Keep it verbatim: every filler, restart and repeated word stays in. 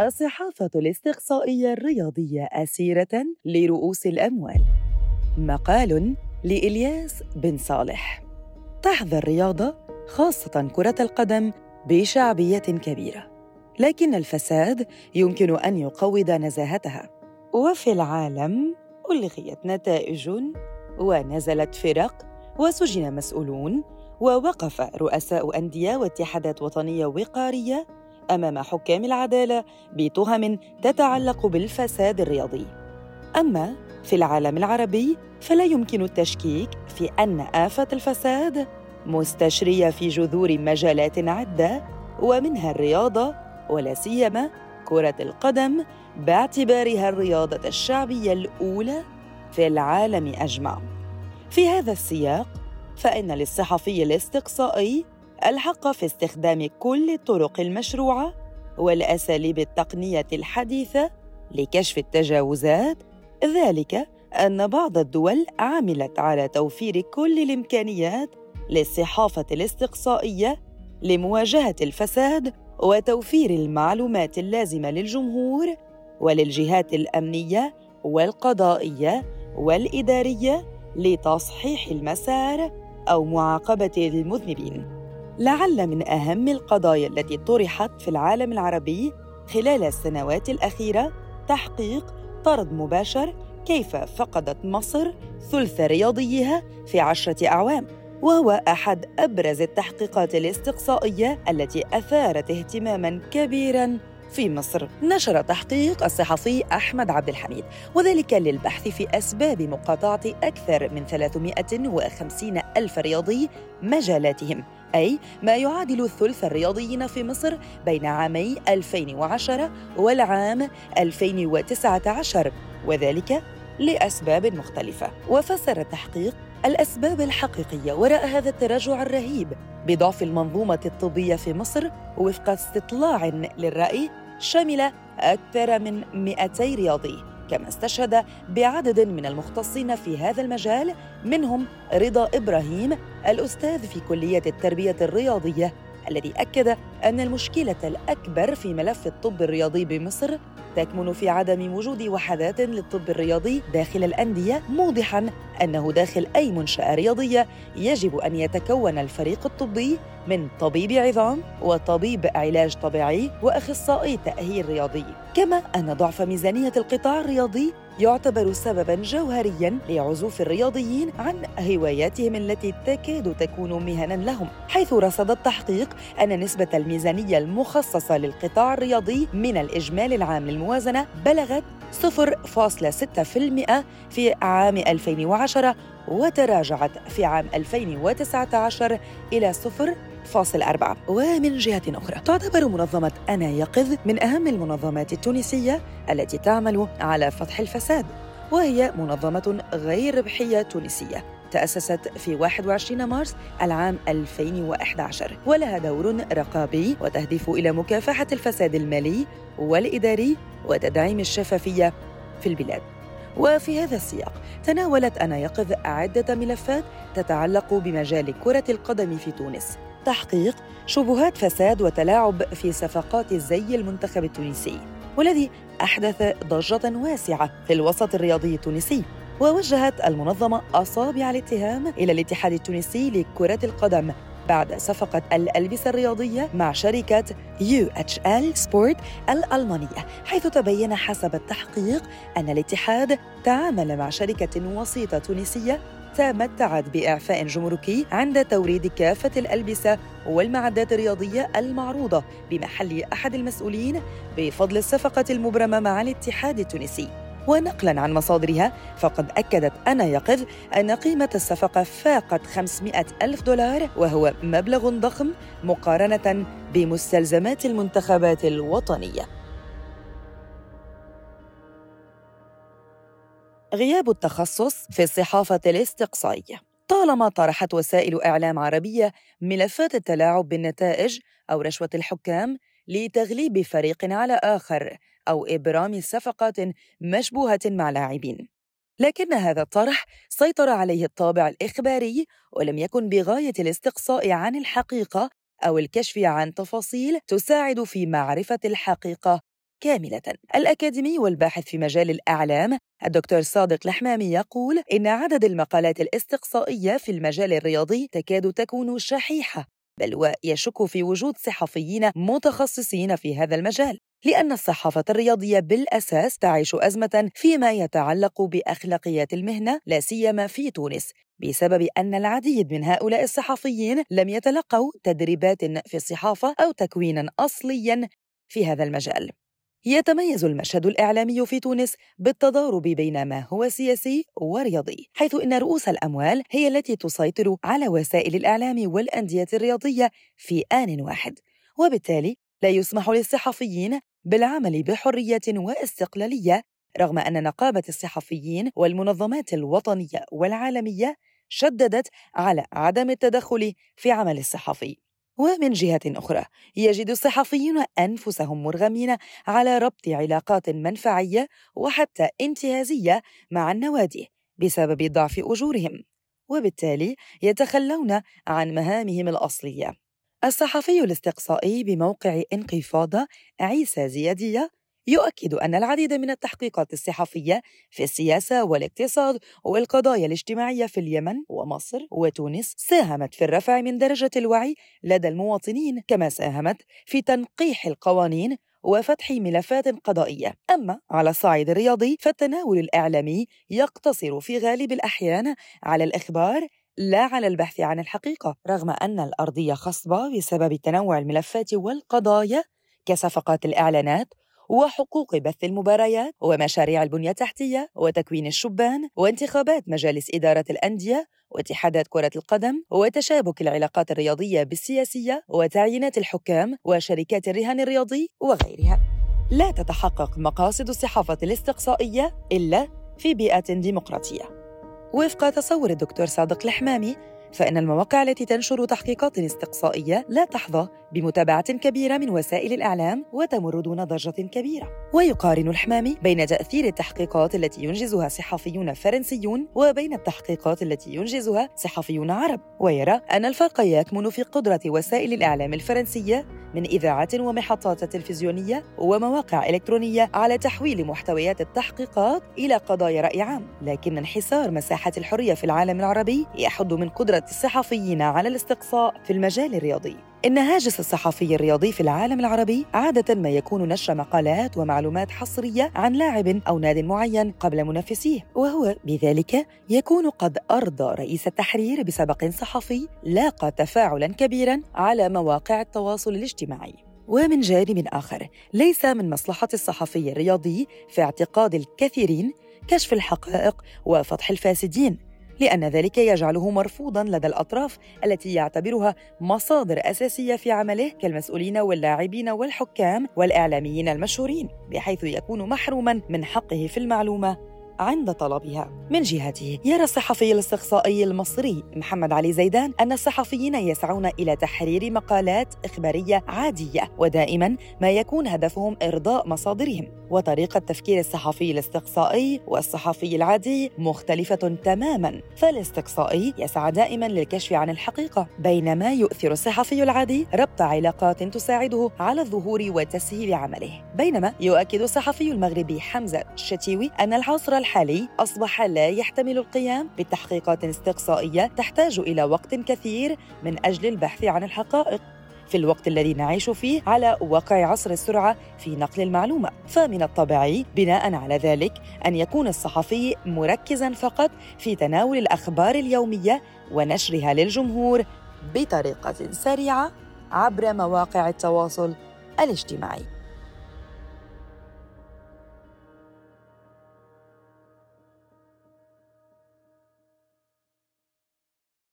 الصحافة الاستقصائية الرياضية أسيرة لرؤوس الأموال. مقال لإلياس بن صالح. تحظى الرياضة خاصة كرة القدم بشعبية كبيرة، لكن الفساد يمكن أن يقوض نزاهتها. وفي العالم ألغيت نتائج ونزلت فرق وسجن مسؤولون ووقف رؤساء أندية واتحادات وطنية وقارية أمام حكام العدالة بتهم تتعلق بالفساد الرياضي. أما في العالم العربي فلا يمكن التشكيك في أن آفة الفساد مستشرية في جذور مجالات عدة، ومنها الرياضة، ولا سيما كرة القدم باعتبارها الرياضة الشعبية الأولى في العالم أجمع. في هذا السياق فإن للصحفي الاستقصائي الحق في استخدام كل الطرق المشروعة والأساليب التقنية الحديثة لكشف التجاوزات، ذلك أن بعض الدول عملت على توفير كل الإمكانيات للصحافة الاستقصائية لمواجهة الفساد وتوفير المعلومات اللازمة للجمهور وللجهات الأمنية والقضائية والإدارية لتصحيح المسار أو معاقبة المذنبين. لعل من أهم القضايا التي طرحت في العالم العربي خلال السنوات الأخيرة تحقيق طرد مباشر كيف فقدت مصر ثلث رياضيها في عشرة أعوام، وهو أحد أبرز التحقيقات الاستقصائية التي أثارت اهتماماً كبيراً في مصر. نشر تحقيق الصحفي أحمد عبد الحميد، وذلك للبحث في أسباب مقاطعة أكثر من ثلاثمائة وخمسين ألف رياضي مجالاتهم، أي ما يعادل ثلث الرياضيين في مصر بين عامي ألفين وعشرة والعام ألفين وتسعة عشر، وذلك لأسباب مختلفة. وفسر التحقيق الأسباب الحقيقية وراء هذا التراجع الرهيب بضعف المنظومة الطبية في مصر وفق استطلاع للرأي شمل أكثر من مئتي رياضي، كما استشهد بعدد من المختصين في هذا المجال، منهم رضا إبراهيم الأستاذ في كلية التربية الرياضية، الذي أكد أن المشكلة الأكبر في ملف الطب الرياضي بمصر تكمن في عدم وجود وحدات للطب الرياضي داخل الأندية، موضحاً أنه داخل أي منشأة رياضية يجب أن يتكون الفريق الطبي من طبيب عظام وطبيب علاج طبيعي وأخصائي تأهيل رياضي، كما أن ضعف ميزانية القطاع الرياضي يعتبر سبباً جوهرياً لعزوف الرياضيين عن هواياتهم التي تكاد تكون مهناً لهم، حيث رصد التحقيق أن نسبة الميزانية المخصصة للقطاع الرياضي من الإجمالي العام للموازنة بلغت صفر فاصلة ستة بالمئة في عام ألفين وعشرة، وتراجعت في عام ألفين وتسعة عشر إلى صفر فاصلة أربعة. ومن جهة أخرى تعتبر منظمة أنا يقظ من أهم المنظمات التونسية التي تعمل على فتح الفساد، وهي منظمة غير ربحية تونسية تأسست في واحد وعشرين مارس العام ألفين وإحدى عشر، ولها دور رقابي وتهدف إلى مكافحة الفساد المالي والإداري وتدعيم الشفافية في البلاد. وفي هذا السياق تناولت أنا يقظ عدة ملفات تتعلق بمجال كرة القدم في تونس، تحقيق شبهات فساد وتلاعب في صفقات زي المنتخب التونسي، والذي أحدث ضجة واسعة في الوسط الرياضي التونسي. ووجهت المنظمة أصابع الاتهام إلى الاتحاد التونسي لكرة القدم بعد صفقة الألبسة الرياضية مع شركة يو إتش إل سبورت الألمانية، حيث تبين حسب التحقيق أن الاتحاد تعامل مع شركة وسيطة تونسية تمتعت بإعفاء جمركي عند توريد كافة الألبسة والمعدات الرياضية المعروضة بمحل أحد المسؤولين بفضل الصفقة المبرمة مع الاتحاد التونسي. ونقلاً عن مصادرها فقد أكدت أنا يقظ أن قيمة الصفقة فاقت خمسمائة ألف دولار، وهو مبلغ ضخم مقارنة بمستلزمات المنتخبات الوطنية. غياب التخصص في الصحافة الاستقصائية. طالما طرحت وسائل إعلام عربية ملفات التلاعب بالنتائج أو رشوة الحكام لتغليب فريق على آخر أو إبرام صفقات مشبوهة مع لاعبين، لكن هذا الطرح سيطر عليه الطابع الإخباري ولم يكن بغاية الاستقصاء عن الحقيقة أو الكشف عن تفاصيل تساعد في معرفة الحقيقة كاملة. الأكاديمي والباحث في مجال الإعلام الدكتور صادق الحمامي يقول إن عدد المقالات الاستقصائية في المجال الرياضي تكاد تكون شحيحة، بل ويشك في وجود صحفيين متخصصين في هذا المجال، لأن الصحافة الرياضية بالأساس تعيش أزمة فيما يتعلق بأخلاقيات المهنة، لا سيما في تونس، بسبب أن العديد من هؤلاء الصحفيين لم يتلقوا تدريبات في الصحافة أو تكويناً أصلياً في هذا المجال. يتميز المشهد الإعلامي في تونس بالتضارب بين ما هو سياسي ورياضي، حيث إن رؤوس الأموال هي التي تسيطر على وسائل الإعلام والأندية الرياضية في آن واحد، وبالتالي لا يسمح للصحفيين بالعمل بحرية واستقلالية، رغم أن نقابة الصحفيين والمنظمات الوطنية والعالمية شددت على عدم التدخل في عمل الصحفي. ومن جهة أخرى يجد الصحفيون أنفسهم مرغمين على ربط علاقات منفعية وحتى انتهازية مع النوادي بسبب ضعف أجورهم، وبالتالي يتخلون عن مهامهم الأصلية. الصحفي الاستقصائي بموقع انقفاض عيسى زيادية يؤكد أن العديد من التحقيقات الصحفية في السياسة والاقتصاد والقضايا الاجتماعية في اليمن ومصر وتونس ساهمت في الرفع من درجة الوعي لدى المواطنين، كما ساهمت في تنقيح القوانين وفتح ملفات قضائية. أما على الصعيد الرياضي فالتناول الإعلامي يقتصر في غالب الأحيان على الإخبار لا على البحث عن الحقيقة، رغم أن الأرضية خصبة بسبب تنوع الملفات والقضايا كصفقات الإعلانات وحقوق بث المباريات ومشاريع البنية التحتية وتكوين الشبان وانتخابات مجالس إدارة الأندية واتحادات كرة القدم وتشابك العلاقات الرياضية بالسياسية وتعيينات الحكام وشركات الرهان الرياضي وغيرها. لا تتحقق مقاصد الصحافة الاستقصائية إلا في بيئة ديمقراطية. وفق تصور الدكتور صادق الحمامي، فإن المواقع التي تنشر تحقيقات استقصائية لا تحظى بمتابعة كبيرة من وسائل الإعلام وتمر دون ضجة كبيرة. ويقارن الحمامي بين تأثير التحقيقات التي ينجزها صحفيون فرنسيون وبين التحقيقات التي ينجزها صحفيون عرب، ويرى أن الفرق يكمن في قدرة وسائل الإعلام الفرنسية من إذاعات ومحطات تلفزيونية ومواقع إلكترونية على تحويل محتويات التحقيقات إلى قضايا رأي عام، لكن انحسار مساحة الحرية في العالم العربي يحد من قدرة الصحفيين على الاستقصاء في المجال الرياضي. إن هاجس الصحفي الرياضي في العالم العربي عادة ما يكون نشر مقالات ومعلومات حصرية عن لاعب أو ناد معين قبل منافسيه، وهو بذلك يكون قد أرضى رئيس التحرير بسبق صحفي لاقى تفاعلاً كبيراً على مواقع التواصل الاجتماعي. ومن جانب آخر ليس من مصلحة الصحفي الرياضي في اعتقاد الكثيرين كشف الحقائق وفضح الفاسدين، لأن ذلك يجعله مرفوضاً لدى الأطراف التي يعتبرها مصادر أساسية في عمله كالمسؤولين واللاعبين والحكام والإعلاميين المشهورين، بحيث يكون محروماً من حقه في المعلومة عند طلبها. من جهته يرى الصحفي الاستقصائي المصري محمد علي زيدان أن الصحفيين يسعون إلى تحرير مقالات إخبارية عادية، ودائماً ما يكون هدفهم إرضاء مصادرهم، وطريقة تفكير الصحفي الاستقصائي والصحفي العادي مختلفة تماماً، فالاستقصائي يسعى دائماً للكشف عن الحقيقة، بينما يؤثر الصحفي العادي ربط علاقات تساعده على الظهور وتسهيل عمله. بينما يؤكد الصحفي المغربي حمزة الشتيوي أن العصر الحالي أصبح لا يحتمل القيام بتحقيقات استقصائية تحتاج إلى وقت كثير من أجل البحث عن الحقائق، في الوقت الذي نعيش فيه على واقع عصر السرعة في نقل المعلومة. فمن الطبيعي بناء على ذلك أن يكون الصحفي مركزاً فقط في تناول الأخبار اليومية ونشرها للجمهور بطريقة سريعة عبر مواقع التواصل الاجتماعي.